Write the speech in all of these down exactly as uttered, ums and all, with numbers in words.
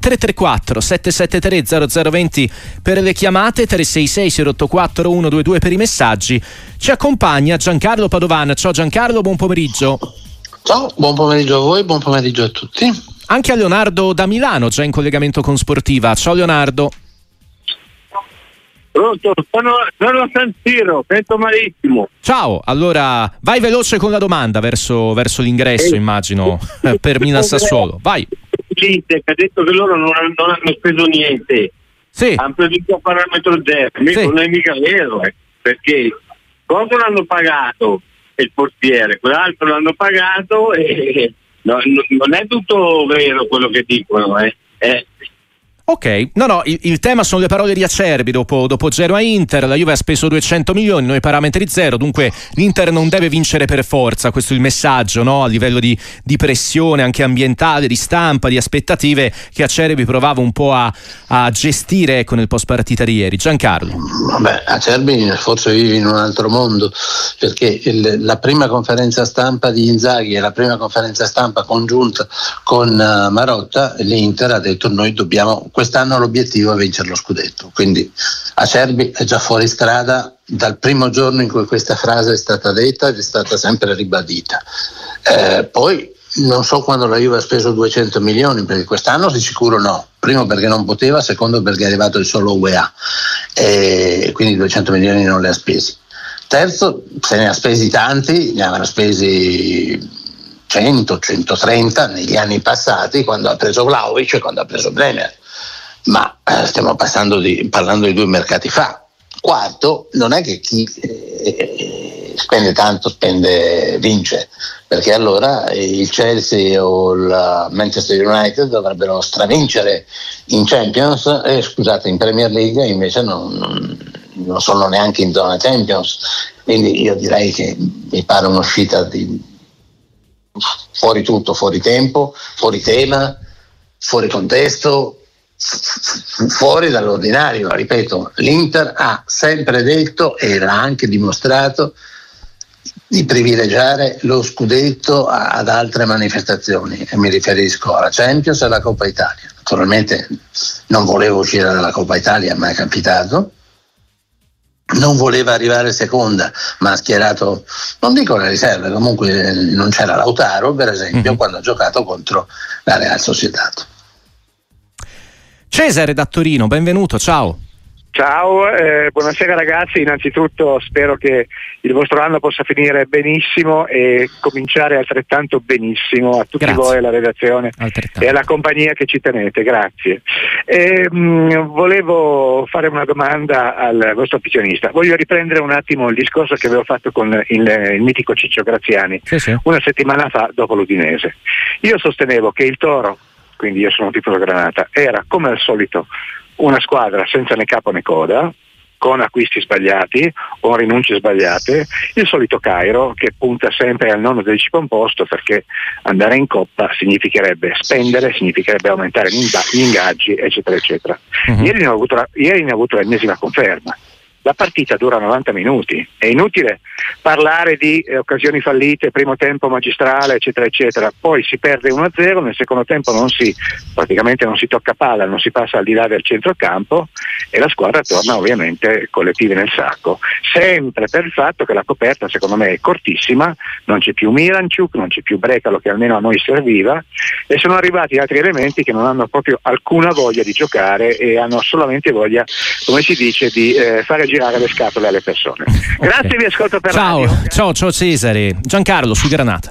tre tre quattro sette sette tre zero zero due zero per le chiamate, tre sei sei zero otto quattro uno due due per i messaggi. Ci accompagna Giancarlo Padovan. Ciao Giancarlo, buon pomeriggio. Ciao, buon pomeriggio a voi, buon pomeriggio a tutti. Anche a Leonardo da Milano, già in collegamento con Sportiva. Ciao Leonardo. Pronto, sono, sono a San Siro, sento malissimo. Ciao, allora vai veloce con la domanda verso, verso l'ingresso, eh, immagino, per Milan Sassuolo. Vai. L'Inter ha detto che loro non, non hanno speso niente. Sì. Hanno preso a parametro zero. Sì. Non è mica vero, eh, perché cosa l'hanno pagato? Il portiere, quell'altro l'hanno pagato e no, non è tutto vero quello che dicono, eh. eh. Ok, no no, il, il tema sono le parole di Acerbi dopo, dopo Genoa Inter. La Juve ha speso duecento milioni, noi parametri zero, dunque l'Inter non deve vincere per forza, questo è il messaggio, no? A livello di, di pressione anche ambientale, di stampa, di aspettative che Acerbi provava un po' a, a gestire, ecco, nel post partita di ieri. Giancarlo. Vabbè, Acerbi forse vive in un altro mondo, perché il, la prima conferenza stampa di Inzaghi e la prima conferenza stampa congiunta con uh, Marotta, l'Inter ha detto noi dobbiamo, quest'anno l'obiettivo è vincere lo scudetto, quindi Acerbi è già fuori strada dal primo giorno in cui questa frase è stata detta ed è stata sempre ribadita. Eh, poi non so quando la Juve ha speso duecento milioni, perché quest'anno di sicuro no, primo perché non poteva, secondo perché è arrivato il solo U E A e quindi duecento milioni non li ha spesi. Terzo, se ne ha spesi tanti, ne avrà spesi cento centotrenta negli anni passati, quando ha preso Vlahovic e quando ha preso Bremer, ma eh, stiamo passando di, parlando di due mercati fa. Quarto, non è che chi eh, spende tanto spende vince, perché allora il Chelsea o il Manchester United dovrebbero stravincere in Champions e scusate in Premier League, invece non, non sono neanche in zona Champions, quindi io direi che mi pare un'uscita di fuori tutto, fuori tempo, fuori tema, fuori contesto, fuori dall'ordinario. Ripeto, l'Inter ha sempre detto e l'ha anche dimostrato di privilegiare lo scudetto ad altre manifestazioni, e mi riferisco alla Champions e alla Coppa Italia. Naturalmente non volevo uscire dalla Coppa Italia, ma è capitato. Non voleva arrivare seconda, ma ha schierato, non dico le riserve, comunque non c'era Lautaro, per esempio, mm-hmm. quando ha giocato contro la Real Sociedad. Cesare da Torino, benvenuto, ciao. Ciao, eh, buonasera ragazzi, innanzitutto spero che il vostro anno possa finire benissimo e cominciare altrettanto benissimo a tutti grazie. Voi, alla redazione e alla compagnia che ci tenete, grazie. E, mh, volevo fare una domanda al vostro afficionista. Voglio riprendere un attimo il discorso che avevo fatto con il, il mitico Ciccio Graziani sì, sì. una settimana fa dopo l'Udinese. Io sostenevo che il Toro, quindi io sono un tifoso Granata, era come al solito una squadra senza né capo né coda, con acquisti sbagliati o rinunce sbagliate, il solito Cairo che punta sempre al nono decimo posto, perché andare in Coppa significherebbe spendere, significherebbe aumentare gli ingaggi, eccetera eccetera. Uh-huh. Ieri ne ho avuto la, ieri ne ho avuto l'ennesima conferma. La partita dura novanta minuti, è inutile parlare di eh, occasioni fallite, primo tempo magistrale, eccetera eccetera, poi si perde uno a zero, nel secondo tempo non si, praticamente non si tocca palla, non si passa al di là del centrocampo e la squadra torna ovviamente con le pive nel sacco, sempre per il fatto che la coperta secondo me è cortissima, non c'è più Miranchuk, non c'è più Brecalo che almeno a noi serviva, e sono arrivati altri elementi che non hanno proprio alcuna voglia di giocare e hanno solamente voglia, come si dice, di eh, fare girare le scatole alle persone. Okay. Grazie, vi ascolto per ciao, radio. Ciao, ciao Cesare. Giancarlo su Granata.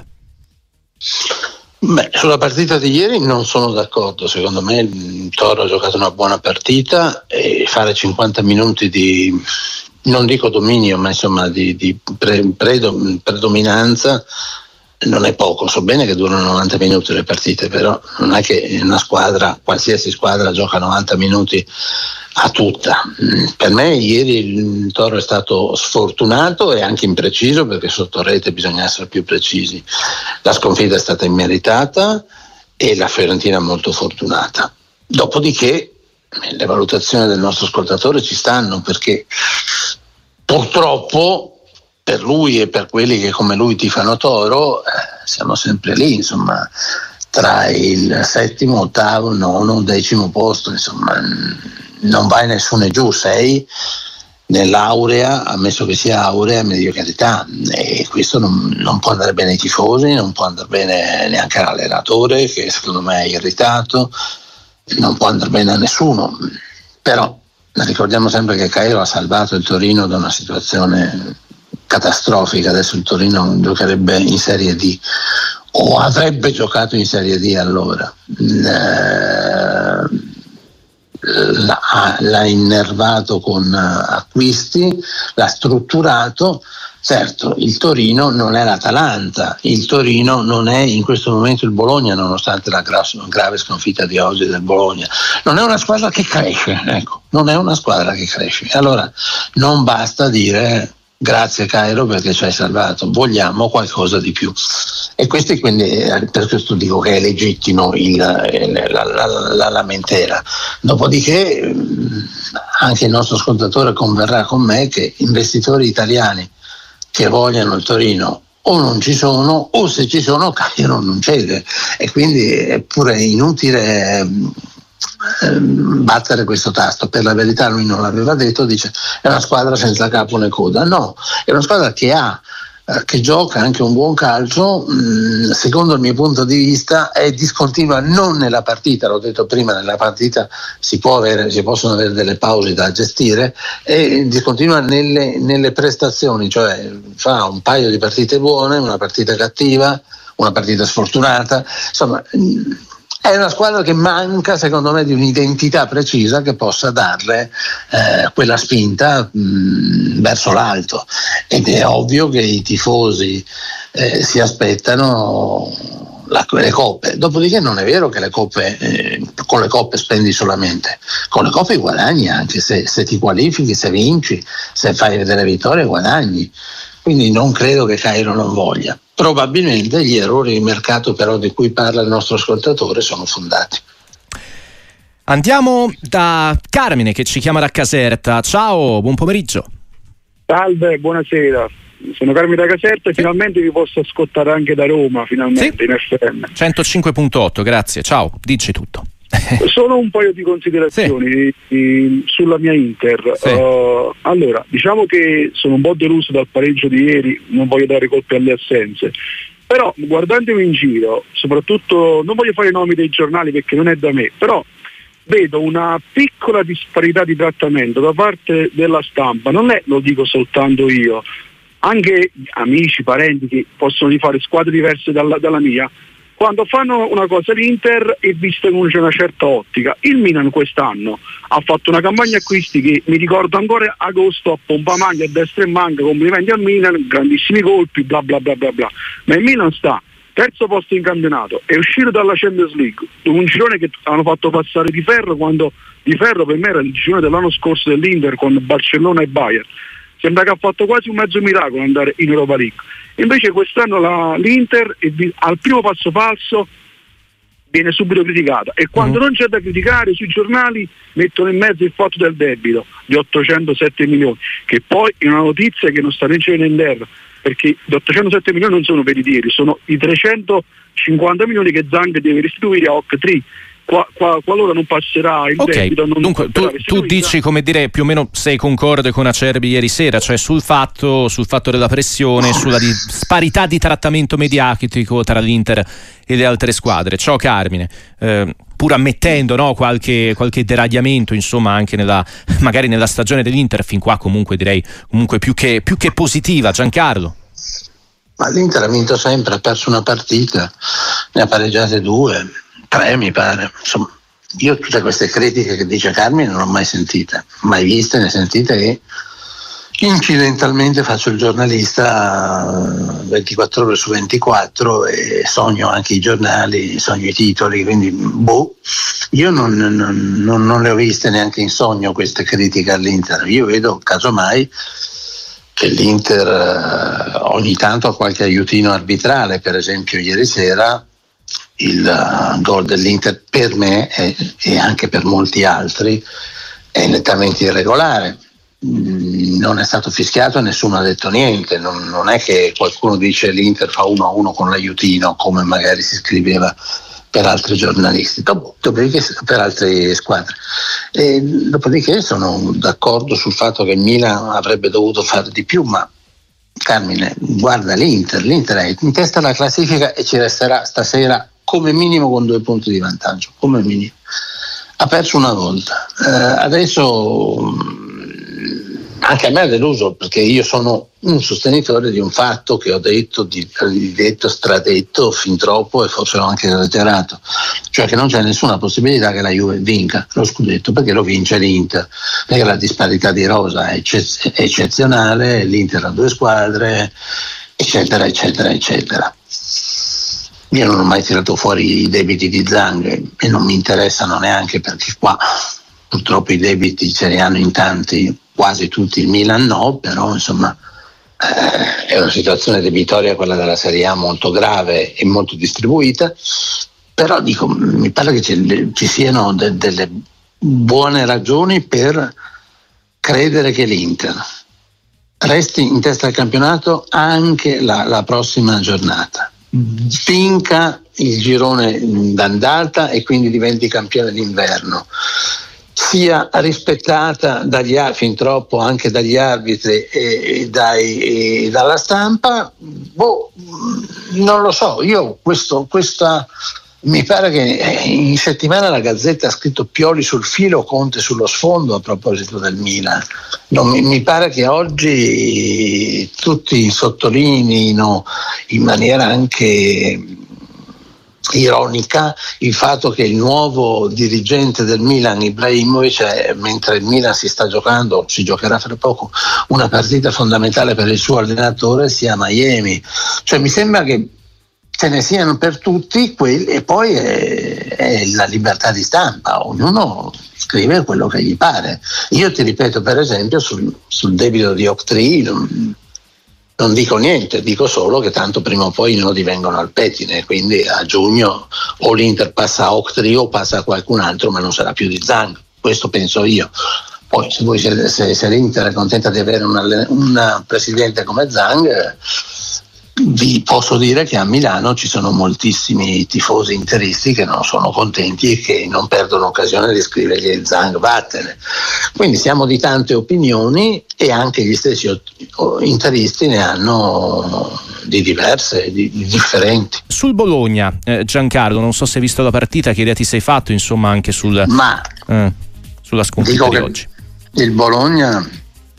Beh, sulla partita di ieri non sono d'accordo, secondo me il Toro ha giocato una buona partita e fare cinquanta minuti di, non dico dominio, ma insomma di, di pre, predom, predominanza non è poco. So bene che durano novanta minuti le partite, però non è che una squadra, qualsiasi squadra, gioca novanta minuti a tutta. Per me ieri il Toro è stato sfortunato e anche impreciso, perché sotto rete bisogna essere più precisi. La sconfitta è stata immeritata e la Fiorentina molto fortunata. Dopodiché le valutazioni del nostro ascoltatore ci stanno, perché purtroppo per lui e per quelli che come lui tifano Toro eh, siamo sempre lì, insomma. tra il settimo, ottavo, nono, decimo posto, insomma non vai nessuno giù, sei nell'aurea, ammesso che sia aurea, mediocrità, e questo non, non può andare bene ai tifosi, non può andare bene neanche all'allenatore, che secondo me è irritato, non può andare bene a nessuno. Però ricordiamo sempre che Cairo ha salvato il Torino da una situazione catastrofica. Adesso il Torino giocherebbe in Serie D, o avrebbe giocato in Serie D allora. Eh, L'ha, l'ha innervato con acquisti, l'ha strutturato. Certo, il Torino non è l'Atalanta, il Torino non è in questo momento il Bologna, nonostante la gra- grave sconfitta di oggi del Bologna. Non è una squadra che cresce, ecco, non è una squadra che cresce. Allora non basta dire grazie Cairo perché ci hai salvato, vogliamo qualcosa di più. E questi quindi, per questo dico che è legittimo il, la, la, la lamentela. Dopodiché anche il nostro ascoltatore converrà con me che investitori italiani che vogliono il Torino o non ci sono, o se ci sono Cairo non cede, e quindi è pure inutile battere questo tasto. Per la verità lui non l'aveva detto, dice è una squadra senza capo né coda. No, è una squadra che ha eh, che gioca anche un buon calcio, mh, secondo il mio punto di vista è discontinua non nella partita, l'ho detto prima, nella partita si può avere, si possono avere delle pause da gestire, e discontinua nelle, nelle prestazioni, cioè fa un paio di partite buone, una partita cattiva, una partita sfortunata, insomma mh, è una squadra che manca, secondo me, di un'identità precisa che possa darle eh, quella spinta mh, verso l'alto, ed è ovvio che i tifosi eh, si aspettano la, le coppe. Dopodiché non è vero che le coppe eh, con le coppe spendi solamente, con le coppe guadagni anche, se, se ti qualifichi, se vinci, se fai delle vittorie guadagni. Quindi non credo che Cairo non voglia. Probabilmente gli errori di mercato però di cui parla il nostro ascoltatore sono fondati. Andiamo da Carmine che ci chiama da Caserta. Ciao, buon pomeriggio. Salve, buonasera. Sono Carmine da Caserta e sì. Finalmente vi posso ascoltare anche da Roma, finalmente sì. In F M. centocinque virgola otto, grazie. Ciao, dici tutto. Solo un paio di considerazioni sì. sulla mia Inter. Sì. Uh, allora, diciamo che sono un po' deluso dal pareggio di ieri, non voglio dare colpe alle assenze, però guardandomi in giro, soprattutto non voglio fare i nomi dei giornali perché non è da me, però vedo una piccola disparità di trattamento da parte della stampa. Non è, lo dico soltanto io, anche amici, parenti che possono rifare squadre diverse dalla, dalla mia, quando fanno una cosa l'Inter è vista con una certa ottica. Il Milan quest'anno ha fatto una campagna acquisti che mi ricordo ancora agosto, a pompa maglia a destra e manca, complimenti al Milan, grandissimi colpi, bla bla bla bla bla. Ma il Milan sta terzo posto in campionato, è uscito dalla Champions League, un girone che hanno fatto passare Di Ferro, quando Di Ferro per me era il girone dell'anno scorso dell'Inter con Barcellona e Bayern. Sembra che ha fatto quasi un mezzo miracolo andare in Europa League. Invece quest'anno la, l'Inter è, al primo passo falso viene subito criticata, e quando mm. non c'è da criticare sui giornali mettono in mezzo il fatto del debito di ottocentosette milioni, che poi è una notizia che non sta né cielo né in terra, perché gli ottocentosette milioni non sono veritieri, sono i trecentocinquanta milioni che Zang deve restituire a Octree. Qua, qua, qualora non passerà il okay. debito, non dunque tu, tu dici, come dire, più o meno sei concorde con Acerbi ieri sera, cioè sul fatto, sul fatto della pressione, sulla disparità di trattamento mediatico tra l'Inter e le altre squadre. Ciao Carmine, eh, pur ammettendo, no, qualche, qualche deragliamento insomma anche nella, magari nella stagione dell'Inter, fin qua comunque direi comunque più che, più che positiva. Giancarlo? Ma l'Inter ha vinto sempre, ha perso una partita, ne ha pareggiate due, tre mi pare. Insomma, io tutte queste critiche che dice Carmine non l'ho mai sentite, mai viste né sentite, e incidentalmente faccio il giornalista ventiquattro ore su ventiquattro e sogno anche i giornali, sogno i titoli, quindi boh, io non, non, non, non le ho viste neanche in sogno queste critiche all'Inter. Io vedo casomai che l'Inter eh, ogni tanto ha qualche aiutino arbitrale, per esempio ieri sera il uh, gol dell'Inter per me e, e anche per molti altri è nettamente irregolare, mm, non è stato fischiato e nessuno ha detto niente, non, non è che qualcuno dice l'Inter fa uno a uno con l'aiutino come magari si scriveva per altri giornalisti, Dopo, dopodiché per altre squadre. E dopodiché sono d'accordo sul fatto che il Milan avrebbe dovuto fare di più, ma Carmine, guarda l'Inter, l'Inter è in testa alla classifica e ci resterà stasera come minimo con due punti di vantaggio, come minimo. Ha perso una volta, eh, adesso anche a me è deluso, perché io sono un sostenitore di un fatto che ho detto, di, di detto, stradetto fin troppo, e forse l'ho anche reiterato, cioè che non c'è nessuna possibilità che la Juve vinca lo scudetto, perché lo vince l'Inter, perché la disparità di rosa è, eccez- è eccezionale, l'Inter ha due squadre, eccetera eccetera eccetera. Io non ho mai tirato fuori i debiti di Zhang e non mi interessano neanche, perché qua purtroppo i debiti ce li hanno in tanti, quasi tutti, il Milan no, però insomma eh, è una situazione debitoria, quella della Serie A, molto grave e molto distribuita, però dico, mi pare che ci, ci siano de, delle buone ragioni per credere che l'Inter resti in testa al campionato anche la, la prossima giornata, vinca il girone d'andata e quindi diventi campione d'inverno, sia rispettata dagli, fin troppo anche dagli arbitri e, e, dai, e dalla stampa, boh, non lo so, io questo, questa mi pare che in settimana la Gazzetta ha scritto Pioli sul filo, Conte sullo sfondo a proposito del Milan. Non, mi, mi pare che oggi tutti sottolineino in maniera anche ironica il fatto che il nuovo dirigente del Milan, Ibrahimovic, eh, mentre il Milan si sta giocando, si giocherà fra poco, una partita fondamentale per il suo allenatore, sia a Miami. Cioè mi sembra che ce ne siano per tutti quelli, e poi è, è la libertà di stampa, ognuno scrive quello che gli pare. Io ti ripeto, per esempio, sul, sul debito di Octree non, non dico niente, dico solo che tanto prima o poi i nodi vengono al pettine, quindi a giugno o l'Inter passa a Octree o passa a qualcun altro, ma non sarà più di Zhang, questo penso io. Poi se, voi, se, se, se l'Inter è contenta di avere un presidente come Zhang, vi posso dire che a Milano ci sono moltissimi tifosi interisti che non sono contenti e che non perdono occasione di scrivergli Zhang vattene. Quindi siamo di tante opinioni e anche gli stessi interisti ne hanno di diverse, di, di differenti. Sul Bologna, eh, Giancarlo, non so se hai visto la partita, che idea ti sei fatto insomma anche sul, Ma eh, sulla sconfitta di oggi? Il Bologna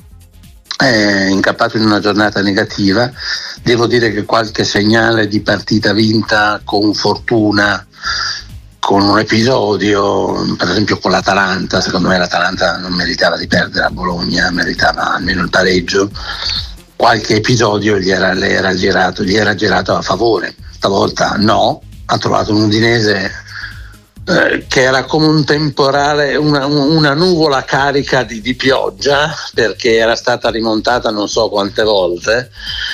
è incappato in una giornata negativa. Devo dire che qualche segnale di partita vinta con fortuna, con un episodio, per esempio con l'Atalanta, secondo me l'Atalanta non meritava di perdere a Bologna, meritava almeno il pareggio. Qualche episodio gli era, le era girato, gli era girato a favore, stavolta no, ha trovato un Udinese eh, che era come un temporale, una, una nuvola carica di, di pioggia, perché era stata rimontata non so quante volte,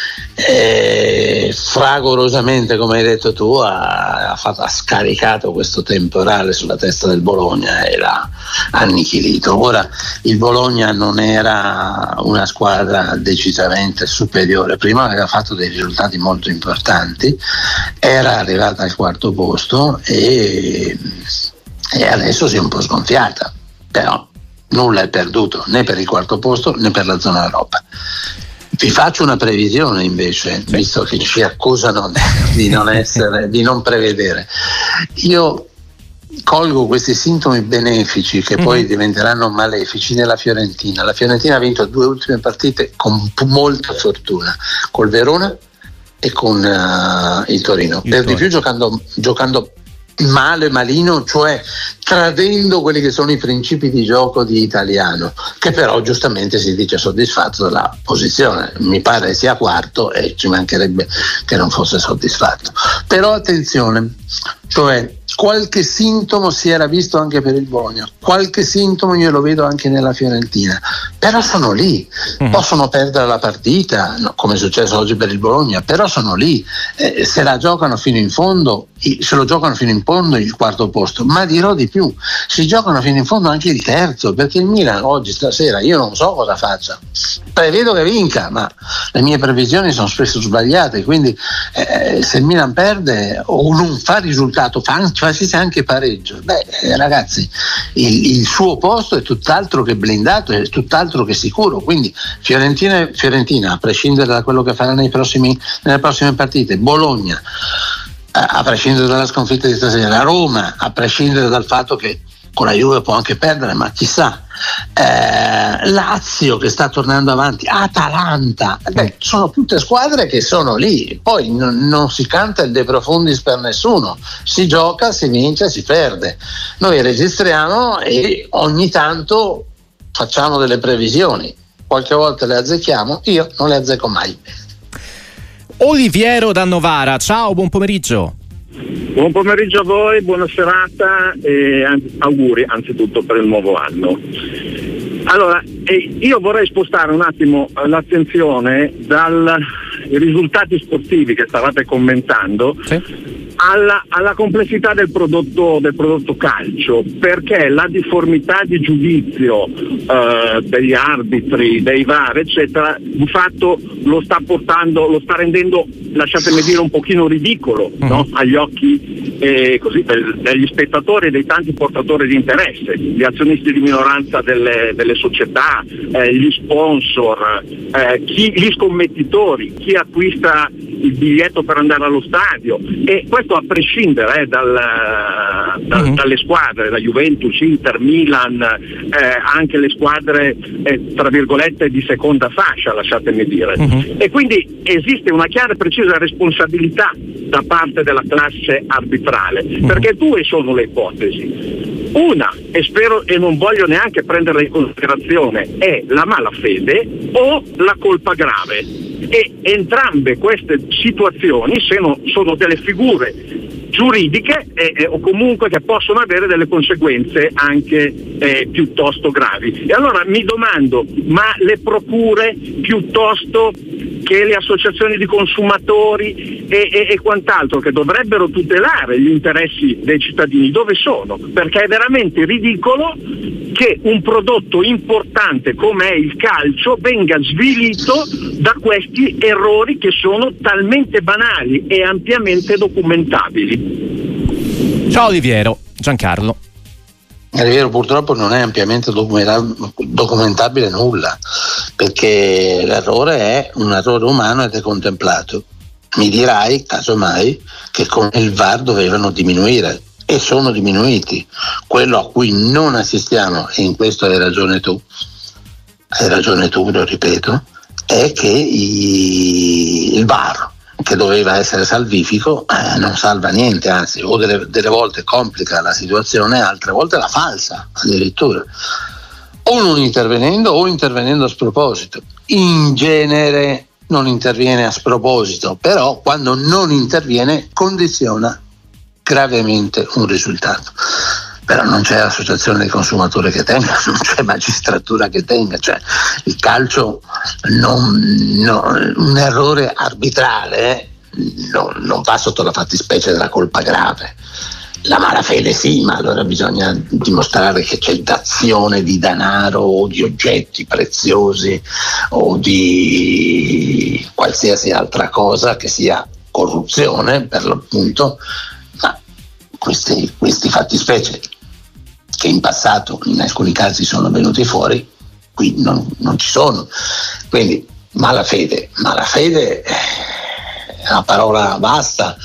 e fragorosamente, come hai detto tu, ha, ha, fatto, ha scaricato questo temporale sulla testa del Bologna e l'ha annichilito. Ora il Bologna non era una squadra decisamente superiore, prima aveva fatto dei risultati molto importanti, era arrivata al quarto posto e, e adesso si è un po' sgonfiata, però nulla è perduto né per il quarto posto né per la zona Europa. Vi faccio una previsione invece, sì, visto che ci accusano di non essere, di non prevedere. Io colgo questi sintomi benefici che mm-hmm. poi diventeranno malefici nella Fiorentina. La Fiorentina ha vinto due ultime partite con molta fortuna, col Verona e con uh, il Torino. Il per Torino. Di più giocando, giocando male, malino, cioè tradendo quelli che sono i principi di gioco di Italiano, che però giustamente si dice soddisfatto della posizione, mi pare sia quarto e ci mancherebbe che non fosse soddisfatto. Però attenzione, cioè qualche sintomo si era visto anche per il Bologna, qualche sintomo io lo vedo anche nella Fiorentina, però sono lì, mm. possono perdere la partita, no, come è successo oggi per il Bologna, però sono lì, eh, se la giocano fino in fondo, se lo giocano fino in fondo il quarto posto, ma dirò di più, si giocano fino in fondo anche il terzo, perché il Milan oggi, stasera, io non so cosa faccia, prevedo che vinca, ma le mie previsioni sono spesso sbagliate, quindi eh, se il Milan perde o non fa risultato, fa, facesse anche pareggio, beh eh, ragazzi il, il suo posto è tutt'altro che blindato, è tutt'altro che sicuro, quindi Fiorentina, Fiorentina a prescindere da quello che farà nei prossimi, nelle prossime partite, Bologna a prescindere dalla sconfitta di stasera, Roma a prescindere dal fatto che con la Juve può anche perdere, ma chissà, eh, Lazio che sta tornando avanti, Atalanta, beh, sono tutte squadre che sono lì, poi non, non si canta il De Profundis per nessuno, si gioca, si vince, si perde, noi registriamo e ogni tanto facciamo delle previsioni, qualche volta le azzecchiamo, io non le azzecco mai. Oliviero da Novara, ciao, buon pomeriggio. Buon pomeriggio a voi, buona serata e auguri anzitutto per il nuovo anno. Allora, eh, io vorrei spostare un attimo l'attenzione dai risultati sportivi che stavate commentando, sì, alla, alla complessità del prodotto, del prodotto calcio, perché la difformità di giudizio eh, degli arbitri, dei V A R, eccetera, di fatto lo sta portando, lo sta rendendo, lasciatemi dire, un pochino ridicolo, uh-huh, no? Agli occhi eh, così, del, degli spettatori e dei tanti portatori di interesse, gli azionisti di minoranza delle, delle società, eh, gli sponsor, eh, chi, gli scommettitori, chi acquista il biglietto per andare allo stadio, e questo a prescindere eh, dal, da, uh-huh, dalle squadre, la Juventus, Inter, Milan, eh, anche le squadre eh, tra virgolette di seconda fascia, lasciatemi dire. Uh-huh. E quindi esiste una chiara e precisa responsabilità da parte della classe arbitrale, uh-huh, perché due sono le ipotesi. Una, e spero e non voglio neanche prenderla in considerazione, è la malafede o la colpa grave. E entrambe queste situazioni sono, sono delle figure giuridiche eh, eh, o comunque che possono avere delle conseguenze anche eh, piuttosto gravi. E allora mi domando, ma le procure piuttosto che le associazioni di consumatori e, e, e quant'altro che dovrebbero tutelare gli interessi dei cittadini, dove sono? Perché è veramente ridicolo che un prodotto importante come è il calcio venga svilito da questi errori che sono talmente banali e ampiamente documentabili. Ciao Oliviero, Giancarlo. Oliviero, purtroppo non è ampiamente documentabile nulla, perché l'errore è un errore umano ed è contemplato. Mi dirai, casomai, che con il V A R dovevano diminuire, e sono diminuiti. Quello a cui non assistiamo, e in questo hai ragione tu, hai ragione tu, lo ripeto, è che i, il V A R, che doveva essere salvifico, eh, non salva niente, anzi o delle, delle volte complica la situazione, altre volte la falsa addirittura, o non intervenendo o intervenendo a sproposito. In genere non interviene a sproposito, però quando non interviene condiziona gravemente un risultato. Però non c'è associazione dei consumatori che tenga, non c'è magistratura che tenga, cioè il calcio non, non, un errore arbitrale non, non va sotto la fattispecie della colpa grave. La malafede sì, ma allora bisogna dimostrare che c'è dazione di denaro o di oggetti preziosi o di qualsiasi altra cosa che sia corruzione per l'appunto, ma questi, questi fattispecie che in passato in alcuni casi sono venuti fuori, qui non, non ci sono. Quindi malafede, malafede è una parola basta,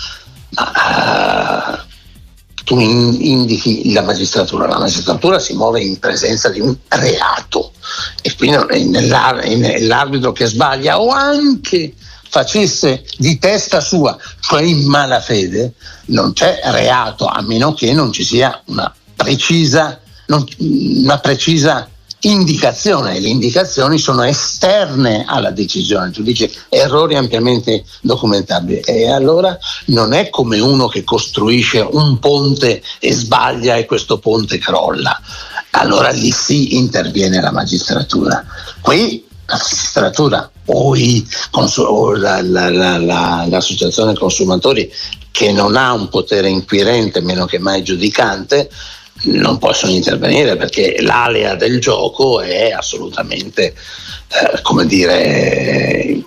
ma uh, tu indichi la magistratura, la magistratura si muove in presenza di un reato e quindi non è nell'arbitro che sbaglia o anche facesse di testa sua, cioè in malafede, non c'è reato a meno che non ci sia una precisa, non, una precisa indicazione, e le indicazioni sono esterne alla decisione. Tu dici errori ampiamente documentabili, e allora non è come uno che costruisce un ponte e sbaglia e questo ponte crolla, allora lì sì interviene la magistratura. Qui la magistratura o, i, o la, la, la, la, l'associazione consumatori, che non ha un potere inquirente meno che mai giudicante, non possono intervenire perché l'area del gioco è assolutamente eh, come dire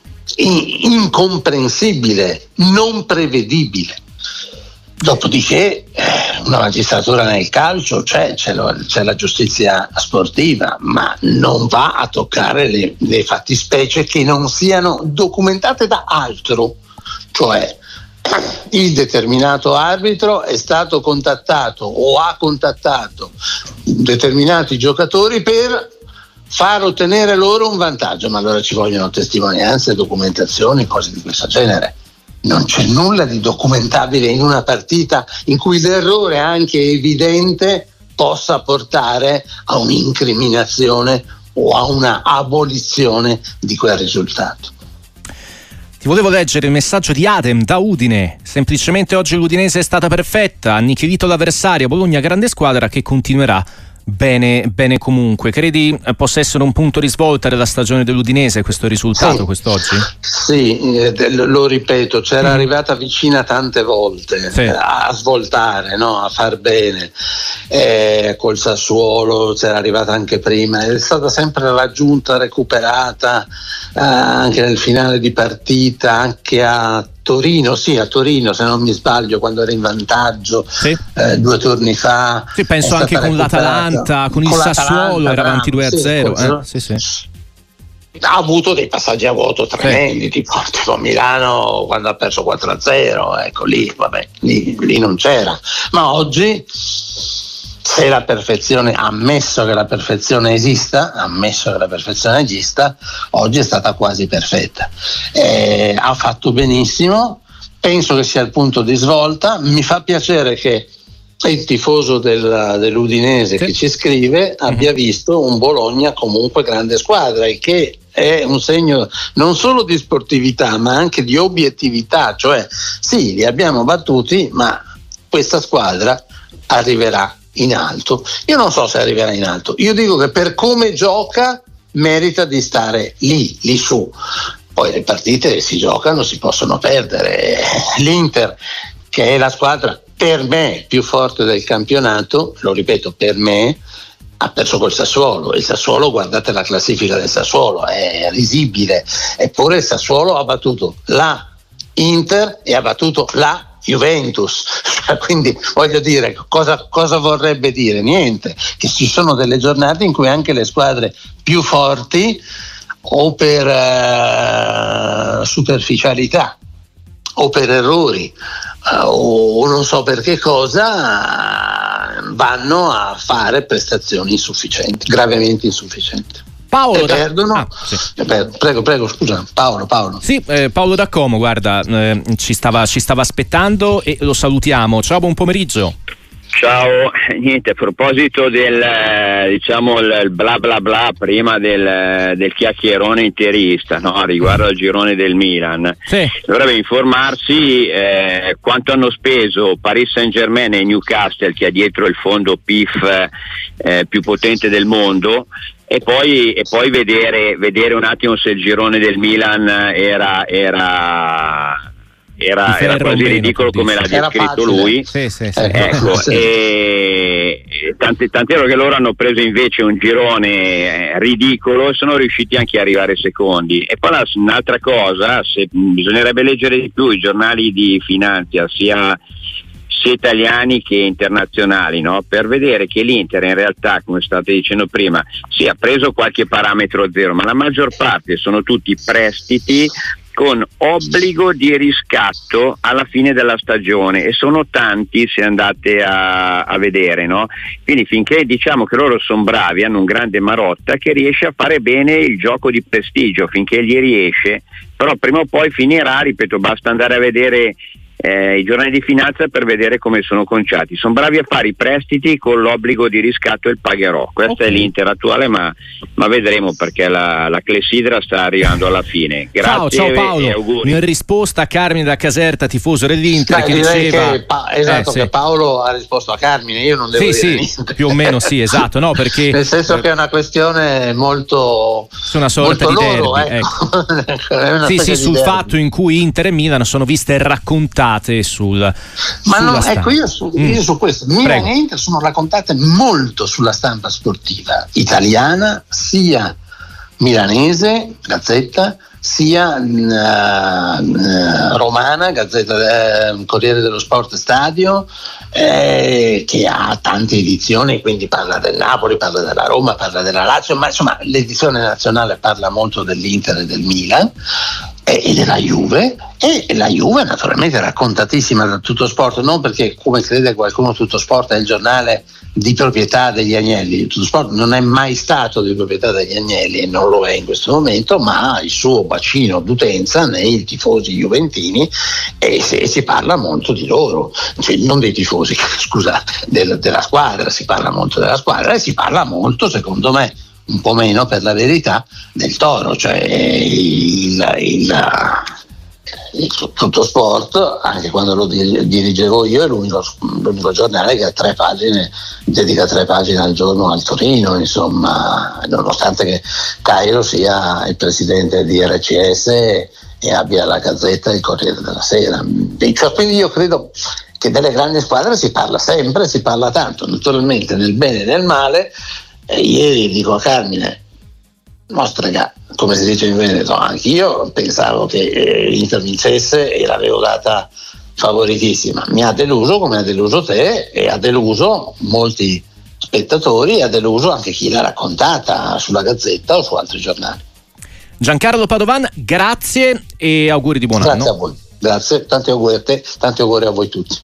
incomprensibile, non prevedibile. Dopodiché una magistratura nel calcio c'è, c'è, lo, c'è la giustizia sportiva, ma non va a toccare le, le fattispecie che non siano documentate da altro, cioè il determinato arbitro è stato contattato o ha contattato determinati giocatori per far ottenere loro un vantaggio, ma allora ci vogliono testimonianze, documentazioni, cose di questo genere. Non c'è nulla di documentabile in una partita in cui l'errore anche evidente possa portare a un'incriminazione o a una abolizione di quel risultato. Ti volevo leggere il messaggio di Adem da Udine. Semplicemente oggi l'Udinese è stata perfetta, ha annichilito l'avversario. Bologna grande squadra che continuerà bene, bene comunque. Credi possa essere un punto di svolta della stagione dell'Udinese questo risultato sì. quest'oggi? Sì, eh, lo ripeto, c'era mm. arrivata vicina tante volte sì. eh, a svoltare, no? A far bene. Eh, col Sassuolo c'era arrivata anche prima, è stata sempre raggiunta, recuperata eh, anche nel finale di partita, anche a Torino, sì, a Torino se non mi sbaglio, quando era in vantaggio sì. eh, due turni fa. Sì, penso anche con l'Atalanta, con il con Sassuolo era avanti due a zero. Sì, eh? sì, sì. Ha avuto dei passaggi a vuoto tremendi, sì. tipo, tipo Milano quando ha perso quattro a zero, ecco lì, vabbè, lì, lì non c'era. Ma oggi, se la perfezione, ammesso che la perfezione esista, ammesso che la perfezione esista, oggi è stata quasi perfetta. Eh, ha fatto benissimo, penso che sia il punto di svolta. Mi fa piacere che il tifoso del, dell'Udinese sì. che ci scrive abbia mm-hmm. visto un Bologna comunque grande squadra, e che è un segno non solo di sportività ma anche di obiettività, cioè sì, li abbiamo battuti, ma questa squadra arriverà in alto. Io non so se arriverà in alto, io dico che per come gioca merita di stare lì, lì su. Poi le partite si giocano, si possono perdere. L'Inter, che è la squadra per me più forte del campionato, lo ripeto, per me ha perso col Sassuolo. Il Sassuolo, guardate la classifica del Sassuolo, è risibile, eppure il Sassuolo ha battuto la Inter e ha battuto la Juventus, quindi voglio dire, cosa, cosa vorrebbe dire? Niente, che ci sono delle giornate in cui anche le squadre più forti, o per uh, superficialità o per errori uh, o non so per che cosa, uh, vanno a fare prestazioni insufficienti, gravemente insufficienti. Paolo e da... perdono. Ah, sì. Prego, prego, scusa, Paolo, Paolo. Sì, eh, Paolo da Como, guarda, eh, ci stava, ci stava aspettando e lo salutiamo. Ciao, buon pomeriggio. Ciao, niente, a proposito del diciamo il bla bla bla prima del, del chiacchierone interista, no? Riguardo al girone del Milan, sì. dovrebbe informarsi eh, quanto hanno speso Paris Saint-Germain e Newcastle, che ha dietro il fondo P I F eh, più potente del mondo, e poi, e poi vedere, vedere un attimo se il girone del Milan era era Era, era quasi ridicolo come l'ha descritto lui, sì, sì, sì. Ecco, sì. E, e tante, tant'è vero che loro hanno preso invece un girone eh, ridicolo e sono riusciti anche a arrivare secondi. E poi la, un'altra cosa, se, bisognerebbe leggere di più i giornali di finanza, sia sia italiani che internazionali, no? Per vedere che l'Inter in realtà, come state dicendo prima, sì, ha preso qualche parametro zero, ma la maggior parte sono tutti prestiti con obbligo di riscatto alla fine della stagione, e sono tanti se andate a, a vedere, no? Quindi finché diciamo che loro sono bravi, hanno un grande Marotta che riesce a fare bene il gioco di prestigio finché gli riesce, però prima o poi finirà, ripeto, basta andare a vedere Eh, i giornali di finanza per vedere come sono conciati. Sono bravi a fare i prestiti con l'obbligo di riscatto e il pagherò. Questa okay. è l'Inter attuale, ma, ma vedremo, perché la, la clessidra sta arrivando alla fine. Grazie. Ciao, ciao Paolo. E auguri. In risposta a Carmine da Caserta, tifoso dell'inter, Dai, che diceva che pa- esatto eh, che sì. Paolo ha risposto a Carmine, io non devo sì, dire sì, niente. più o meno sì, esatto, no, perché nel senso eh, che è una questione molto su una sorta molto di loro, derby, ecco. ecco. sì, sì, sul derby. Fatto in cui Inter e Milan sono viste raccontare raccontate sul ma no, stampa. Ecco, io su, mm. io su questo Milan e Inter sono raccontate molto sulla stampa sportiva italiana, sia milanese, Gazzetta, sia uh, romana, Gazzetta, eh, Corriere dello Sport Stadio, eh, che ha tante edizioni, quindi parla del Napoli, parla della Roma, parla della Lazio, ma insomma l'edizione nazionale parla molto dell'Inter e del Milan e della Juve, e la Juve naturalmente è raccontatissima da Tutto Sport, non perché, come crede qualcuno, Tutto Sport è il giornale di proprietà degli Agnelli. Tutto Sport non è mai stato di proprietà degli Agnelli e non lo è in questo momento, ma ha il suo bacino d'utenza nei tifosi juventini e si, si parla molto di loro, cioè, non dei tifosi, scusa, del, della squadra, si parla molto della squadra e si parla molto, secondo me, un po' meno per la verità, del Toro, cioè il, il, il Tutto Sport, anche quando lo dirigevo io, è l'unico, l'unico giornale che ha tre pagine, dedica tre pagine al giorno al Torino, insomma, nonostante che Cairo sia il presidente di R C S e abbia la Gazzetta e il Corriere della Sera. Quindi io credo che delle grandi squadre si parla sempre, si parla tanto, naturalmente nel bene e nel male. E ieri dico a Carmine, mostrega, come si dice in Veneto, anch'io pensavo che eh, Inter vincesse e l'avevo data favoritissima. Mi ha deluso come ha deluso te e ha deluso molti spettatori e ha deluso anche chi l'ha raccontata sulla Gazzetta o su altri giornali. Giancarlo Padovan, grazie e auguri di buon grazie anno. Grazie a voi, grazie, tanti auguri a te, tanti auguri a voi tutti.